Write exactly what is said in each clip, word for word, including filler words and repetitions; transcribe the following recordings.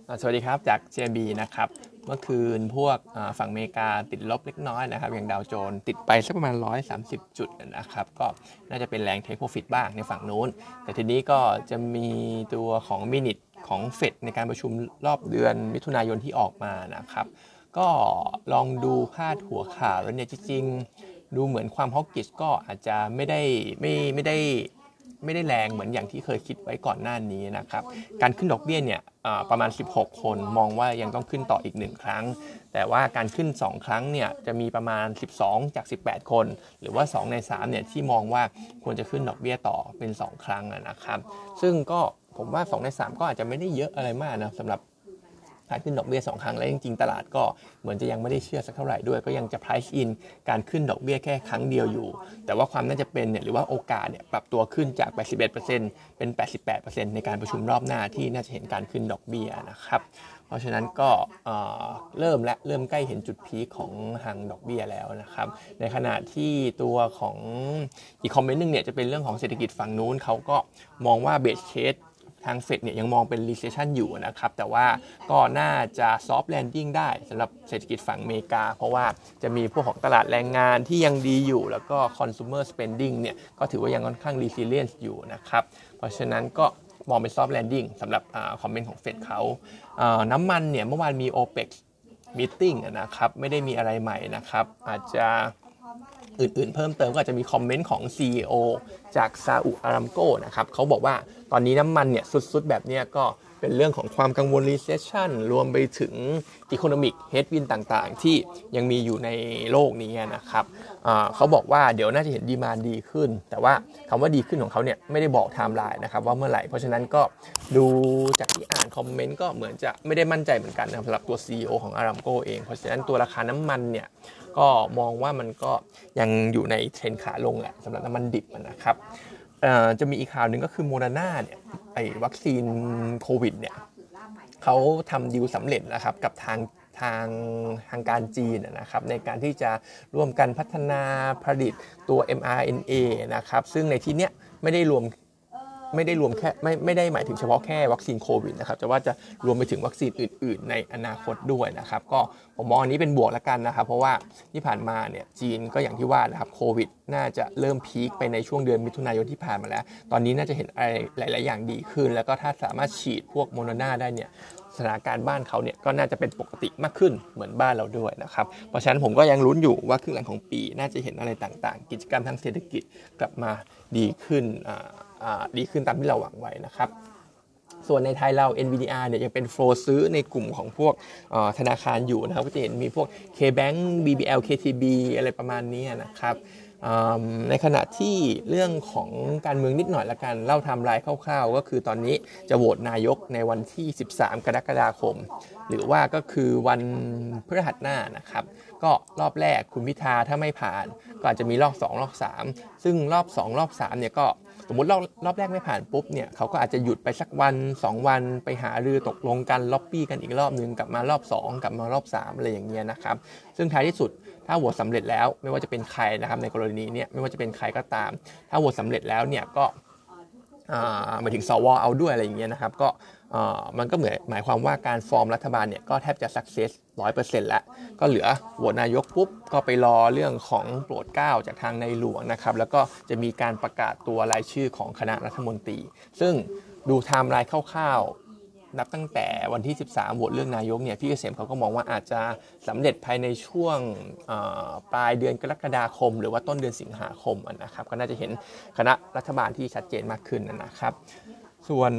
สวัสดีครับจาก เจ เอ็ม บี นะครับเมื่อคืนพวกฝั่งอเมริกาติดลบเล็กน้อยนะครับอย่างดาวโจนส์ติดไปสักประมาณหนึ่งร้อยสามสิบจุดนะครับก็น่าจะเป็นแรงเทคโปรฟิตบ้างในฝั่งนู้นแต่ทีนี้ก็จะมีตัวของมินิทของเฟดในการประชุมรอบเดือนมิถุนายนที่ออกมานะครับก็ลองดูพาดหัวข่าวแล้วเนี่ยจริงๆดูเหมือนความฮอกกิชก็อาจจะไม่ได้ไม่ไม่ได้ไม่ได้แรงเหมือนอย่างที่เคยคิดไว้ก่อนหน้านี้นะครับการขึ้นดอกเบี้ยเนี่ยประมาณสิบหกคนมองว่ายังต้องขึ้นต่ออีกหนึ่งครั้งแต่ว่าการขึ้นสองครั้งเนี่ยจะมีประมาณสิบสองจากสิบแปดคนหรือว่าสองในสามเนี่ยที่มองว่าควรจะขึ้นดอกเบี้ยต่อเป็นสองครั้งนะครับซึ่งก็ผมว่าสองในสามก็อาจจะไม่ได้เยอะอะไรมากนะสำหรับการขึ้นดอกเบี้ยสองครั้งแล้วจริงๆตลาดก็เหมือนจะยังไม่ได้เชื่อสักเท่าไหร่ด้วยก็ยังจะ price in การขึ้นดอกเบี้ยแค่ครั้งเดียวอยู่แต่ว่าความน่าจะเป็นเนี่ยหรือว่าโอกาสเนี่ยปรับตัวขึ้นจาก แปดสิบเอ็ดเปอร์เซ็นต์ เป็น แปดสิบแปดเปอร์เซ็นต์ ในการประชุมรอบหน้าที่น่าจะเห็นการขึ้นดอกเบี้ยนะครับเพราะฉะนั้นก็เริ่มและเริ่มใกล้เห็นจุดพีคของทางดอกเบี้ยแล้วนะครับในขณะที่ตัวของอีกคอมเมนต์นึงเนี่ยจะเป็นเรื่องของเศรษฐกิจฝั่งนู้นเขาก็มองว่าเบสเคสทางเฟดเนี่ยยังมองเป็น recession อยู่นะครับแต่ว่าก็น่าจะ soft landing ได้สำหรับเศรษฐกิจฝั่งอเมริกาเพราะว่าจะมีพวกของตลาดแรงงานที่ยังดีอยู่แล้วก็ consumer spending เนี่ยก็ถือว่ายังค่อนข้าง resilient อยู่นะครับเพราะฉะนั้นก็มองเป็น soft landing สำหรับคอมเมนต์ของเฟดเขาน้ำมันเนี่ยเมื่อวานมี โอเปก meeting นะครับไม่ได้มีอะไรใหม่นะครับอาจจะอื่นๆเพิ่มเติมก็อาจจะมีคอมเมนต์ของ ซี อี โอ จากซาอุอารัมโกนะครับเขาบอกว่าตอนนี้น้ำมันเนี่ยสุดๆแบบนี้ก็เป็นเรื่องของความกังวล recession รวมไปถึง economic headwind ต่างๆที่ยังมีอยู่ในโลกนี้นะครับเขาบอกว่าเดี๋ยวน่าจะเห็นดีมานด์ดีขึ้นแต่ว่าคำว่าดีขึ้นของเขาเนี่ยไม่ได้บอกไทม์ไลน์นะครับว่าเมื่อไหร่เพราะฉะนั้นก็ดูจากที่อ่านคอมเมนต์ก็เหมือนจะไม่ได้มั่นใจเหมือนกันนะสำหรับตัว ซี อี โอ ของอารัมโกเองเพราะฉะนั้นตัวราคาน้ำมันเนี่ยก็มองว่ามันก็ยังอยู่ในเทรนขาลงแหละสำหรับน้ำมันดิบนะครับจะมีอีกข่าวหนึ่งก็คือโมเดอร์นาเนี่ยไอ้วัคซีนโควิดเนี่ยเขาทำดีลสำเร็จนะครับกับทางทางทางการจีนนะครับในการที่จะร่วมกันพัฒนาผลิตตัว เอ็ม อาร์ เอ็น เอ นะครับซึ่งในที่เนี้ยไม่ได้รวมไม่ได้รวมแค่ไม่ไม่ได้หมายถึงเฉพาะแค่วัคซีนโควิดนะครับแต่ว่าจะรวมไปถึงวัคซีนอื่นๆในอนาคตด้วยนะครับก็ผมมองอันนี้เป็นบวกแล้วกันนะครับเพราะว่าที่ผ่านมาเนี่ยจีนก็อย่างที่ว่านะครับโควิดน่าจะเริ่มพีคไปในช่วงเดือนมิถุนายนที่ผ่านมาแล้วตอนนี้น่าจะเห็นอะไรหลายๆอย่างดีขึ้นแล้วก็ถ้าสามารถฉีดพวกโมโนนาได้เนี่ยสถานการณ์บ้านเขาเนี่ยก็น่าจะเป็นปกติมากขึ้นเหมือนบ้านเราด้วยนะครับเพราะฉะนั้นผมก็ยังลุ้นอยู่ว่าครึ่งหลังของปีน่าจะเห็นอะไรต่างๆกิจกรรมทางเศรษฐกิจกลับมาดีขึ้นดีขึ้นตามที่เราหวังไว้นะครับส่วนในไทยเรา เอ็น วี ดี อาร์ เนี่ยยังเป็นโฟลซื้อในกลุ่มของพวกธนาคารอยู่นะครับก็จะเห็นมีพวก K-Bank บี บี แอล เค ที บี อะไรประมาณนี้นะครับในขณะที่เรื่องของการเมืองนิดหน่อยละกันเล่าไทม์ไลน์คร่าวๆก็คือตอนนี้จะโหวตนายกในวันที่สิบสามกรกฎาคมหรือว่าก็คือวันพฤหัสหน้านะครับก็รอบแรกคุณพิธาถ้าไม่ผ่านก็อาจจะมีรอบสองรอบสามซึ่งรอบสองรอบสามเนี่ยก็สมมุติรอบรอบแรกไม่ผ่านปุ๊บเนี่ยเขาก็อาจจะหยุดไปสักวันสองวันไปหารือตกลงกันล็อบบี้กันอีกรอบนึงกลับมารอบสองกลับมารอบสามอะไรอย่างเงี้ยนะครับซึ่งท้ายที่สุดถ้าโหวตสำเร็จแล้วไม่ว่าจะเป็นใครนะครับในกรณีนี้ไม่ว่าจะเป็นใครก็ตามถ้าโหวตสำเร็จแล้วเนี่ยก็หมายถึงสวเอาด้วยอะไรอย่างเงี้ยนะครับก็มันก็เหมือนหมายความว่าการฟอร์มรัฐบาลเนี่ยก็แทบจะสักเซส ร้อยเปอร์เซ็นต์ แล้วก็เหลือโหวตนายกปุ๊บก็ไปรอเรื่องของโปรดเกล้าจากทางในหลวงนะครับแล้วก็จะมีการประกาศตัวรายชื่อของคณะรัฐมนตรีซึ่งดูไทม์ไลน์คร่าวๆนับตั้งแต่วันที่สิบสามโหวตเรื่องนายกเนี่ยพี่เกษมเขาก็มองว่าอาจจะสำเร็จภายในช่วงปลายเดือนกรกฎาคมหรือว่าต้นเดือนสิงหาคมนะครับก็น่าจะเห็นคณะรัฐบาลที่ชัดเจนมากขึ้นนะครับส่วน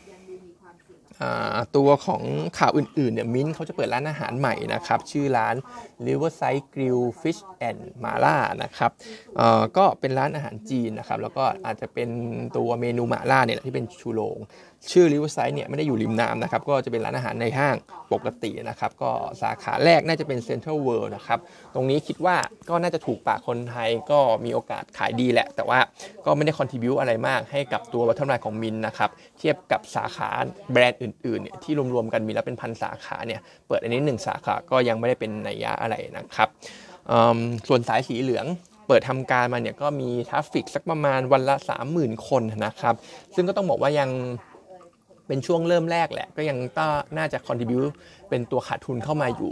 ตัวของข่าวอื่นๆเนี่ยมิ้นเขาจะเปิดร้านอาหารใหม่นะครับชื่อร้าน Riverside Grill Fish and Mala นะครับก็เป็นร้านอาหารจีนนะครับแล้วก็อาจจะเป็นตัวเมนูหม่าล่าเนี่ยที่เป็นชูโรงชื่อ Riverside เนี่ยไม่ได้อยู่ริมน้ำนะครับก็จะเป็นร้านอาหารในห้างปกตินะครับก็สาขาแรกน่าจะเป็น Central World นะครับตรงนี้คิดว่าก็น่าจะถูกปากคนไทยก็มีโอกาสขายดีแหละแต่ว่าก็ไม่ได้ contribute อะไรมากให้กับตัววัฒนธรรมของมินนะครับเทียบกับสาขาแบรนด์อื่นๆเนี่ยที่รวมๆกันมีแล้วเป็นพันสาขาเนี่ยเปิดอันนี้หนึ่งสาขาก็ยังไม่ได้เป็นนัยยะอะไรนะครับส่วนสายสีเหลืองเปิดทำการมาเนี่ยก็มีทราฟฟิกสักประมาณวันละ สามหมื่น คนนะครับซึ่งก็ต้องบอกว่ายังเป็นช่วงเริ่มแรกแหละก็ยังต้น่าจะ contribute เป็นตัวขาดทุนเข้ามาอยู่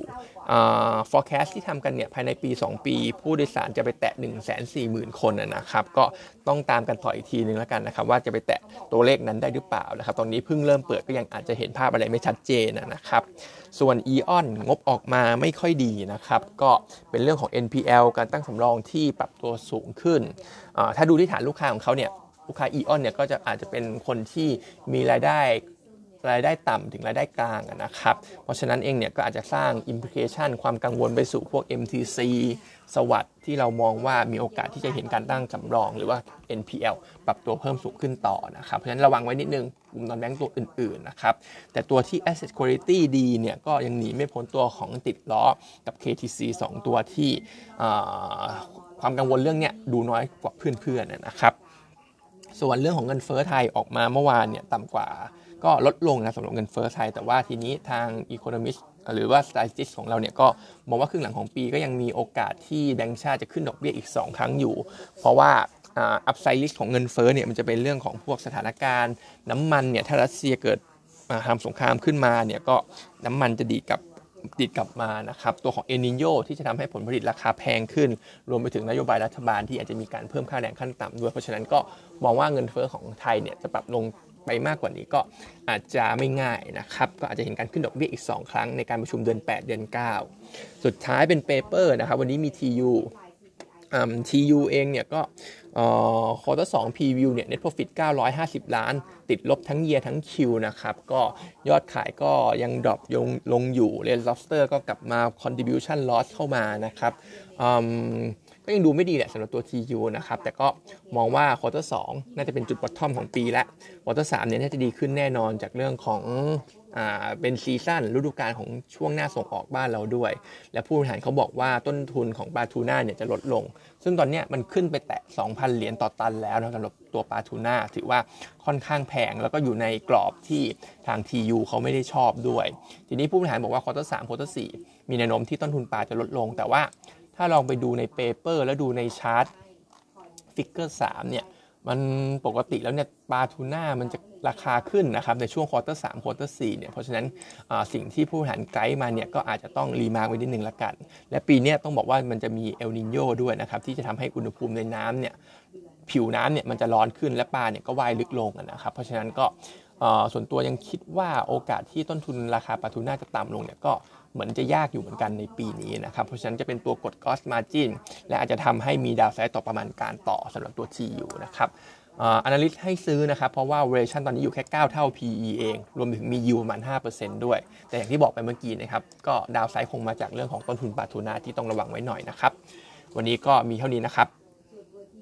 forecast ที่ทำกันเนี่ยภายในปีสองปีผู้โดยสารจะไปแตะ หนึ่งแสนสี่หมื่น คนนะครับก็ต้องตามกันต่ออีกทีนึงแล้วกันนะครับว่าจะไปแตะตัวเลขนั้นได้หรือเปล่านะครับตอนนี้เพิ่งเริ่มเปิดก็ยังอาจจะเห็นภาพอะไรไม่ชัดเจนนะครับส่วน อี ออน งบออกมาไม่ค่อยดีนะครับก็เป็นเรื่องของ เอ็น พี แอล การตั้งสำรองที่ปรับตัวสูงขึ้นถ้าดูที่ฐานลูกค้าของเขาเนี่ยลูกค้า อี ออน เนี่ยก็จะอาจจะเป็นคนที่มีรายได้รายได้ต่ำถึงรายได้กลางนะครับเพราะฉะนั้นเองเนี่ยก็อาจจะสร้าง implication ความกังวลไปสู่พวก เอ็ม ที ซี สวัสด์ที่เรามองว่ามีโอกาสที่จะเห็นการตั้งสำรองหรือว่า เอ็น พี แอล ปรับตัวเพิ่มสูงขึ้นต่อนะครับเพราะฉะนั้นระวังไว้นิดนึงกลุ่มนอนแบงก์ตัวอื่นๆนะครับแต่ตัวที่ asset quality ดีเนี่ยก็ยังหนีไม่พ้นตัวของติดล้อกับ เค ที ซี สองตัวที่ความกังวลเรื่องเนี้ยดูน้อยกว่าเพื่อนๆนะครับส่วนเรื่องของเงินเฟ้อไทยออกมาเมื่อวานเนี่ยต่ำกว่าก็ลดลงนะสำหรับเงินเฟ้อไทยแต่ว่าทีนี้ทาง Economist หรือว่า Statistist ของเราเนี่ยก็มองว่าครึ่งหลังของปีก็ยังมีโอกาสที่แบงก์ชาติจะขึ้นดอกเบี้ยอีกสองครั้งอยู่เพราะว่าอัพไซด์ริสของเงินเฟ้อเนี่ยมันจะเป็นเรื่องของพวกสถานการณ์น้ำมันเนี่ยถ้ารัสเซียเกิดทำสงครามขึ้นมาเนี่ยก็น้ำมันจะดีดกับติดกลับมานะครับตัวของเอลนิโญที่จะทำให้ผลผลิตราคาแพงขึ้นรวมไปถึงนโยบายรัฐบาลที่อาจจะมีการเพิ่มค่าแรงขั้นต่ำด้วยเพราะฉะนั้นก็มองว่าเงินเฟ้อของไทยเนี่ยจะปรับลงไปมากกว่านี้ก็อาจจะไม่ง่ายนะครับก็อาจจะเห็นการขึ้นดอกเบี้ยอีกสองครั้งในการประชุมเดือนแปดเดือนเก้าสุดท้ายเป็นเปเปอร์นะครับวันนี้มี ที ยู อืม ที ยู เองเนี่ยก็เอ่อควอเตอร์สอง Preview เนี่ย Net Profit เก้าร้อยห้าสิบล้านติดลบทั้ง Year ทั้ง Q นะครับก็ยอดขายก็ยังดรอปลงลงอยู่ Red Lobster ก็กลับมา Contribution Loss เข้ามานะครับอืมก็ยังดูไม่ดีแหละสำหรับตัว ที ยู นะครับแต่ก็มองว่าควอเตอร์สองน่าจะเป็นจุด bottom ของปีแล้วควอเตอร์สามเนี่ยน่าจะดีขึ้นแน่นอนจากเรื่องของอ่าเป็นซีซั่นฤดูกาลของช่วงหน้าส่งออกบ้านเราด้วยและผู้บริหารเขาบอกว่าต้นทุนของปลาทูน่าเนี่ยจะลดลงซึ่งตอนนี้มันขึ้นไปแตะ สองพัน เหรียญต่อตันแล้วนะสำหรับตัวปลาทูน่าถือว่าค่อนข้างแพงแล้วก็อยู่ในกรอบที่ทาง ที ยู เขาไม่ได้ชอบด้วยทีนี้ผู้บริหารบอกว่าควอเตอร์สามควอเตอร์สี่มีแนวโน้มที่ต้นทุนปลาจะลดลงแต่ว่าถ้าลองไปดูในเปเปอร์แล้วดูในชาร์ตฟิกเกอร์สามเนี่ยมันปกติแล้วเนี่ยปลาทูน่ามันจะราคาขึ้นนะครับในช่วงควอเตอร์สามควอเตอร์สี่เนี่ยเพราะฉะนั้นสิ่งที่ผู้บริหารไกด์มาเนี่ยก็อาจจะต้องรีมาร์กไว้นิดนึงละกันและปีนี้ต้องบอกว่ามันจะมีเอลนิโญด้วยนะครับที่จะทำให้อุณหภูมิในน้ำเนี่ยผิวน้ำเนี่ยมันจะร้อนขึ้นและปลาเนี่ยก็ว่ายลึกลงนะครับเพราะฉะนั้นก็ส่วนตัวยังคิดว่าโอกาสที่ต้นทุนราคาปลาทูน่าจะต่ำลงเนี่ยก็เหมือนจะยากอยู่เหมือนกันในปีนี้นะครับเพราะฉะนั้นจะเป็นตัวกด Gross Margin และอาจจะทำให้มีดาวไซด์ต่อประมาณการต่อสำหรับตัว ที ยู นะครับอ่า analyst ให้ซื้อนะครับเพราะว่า valuation ตอนนี้อยู่แค่เก้าเท่า พี อี เองรวมถึงมี yield ประมาณ ห้าเปอร์เซ็นต์ ด้วยแต่อย่างที่บอกไปเมื่อกี้นะครับก็ดาวไซด์คงมาจากเรื่องของต้นทุนปลาทูน่าที่ต้องระวังไว้หน่อยนะครับวันนี้ก็มีเท่านี้นะครับ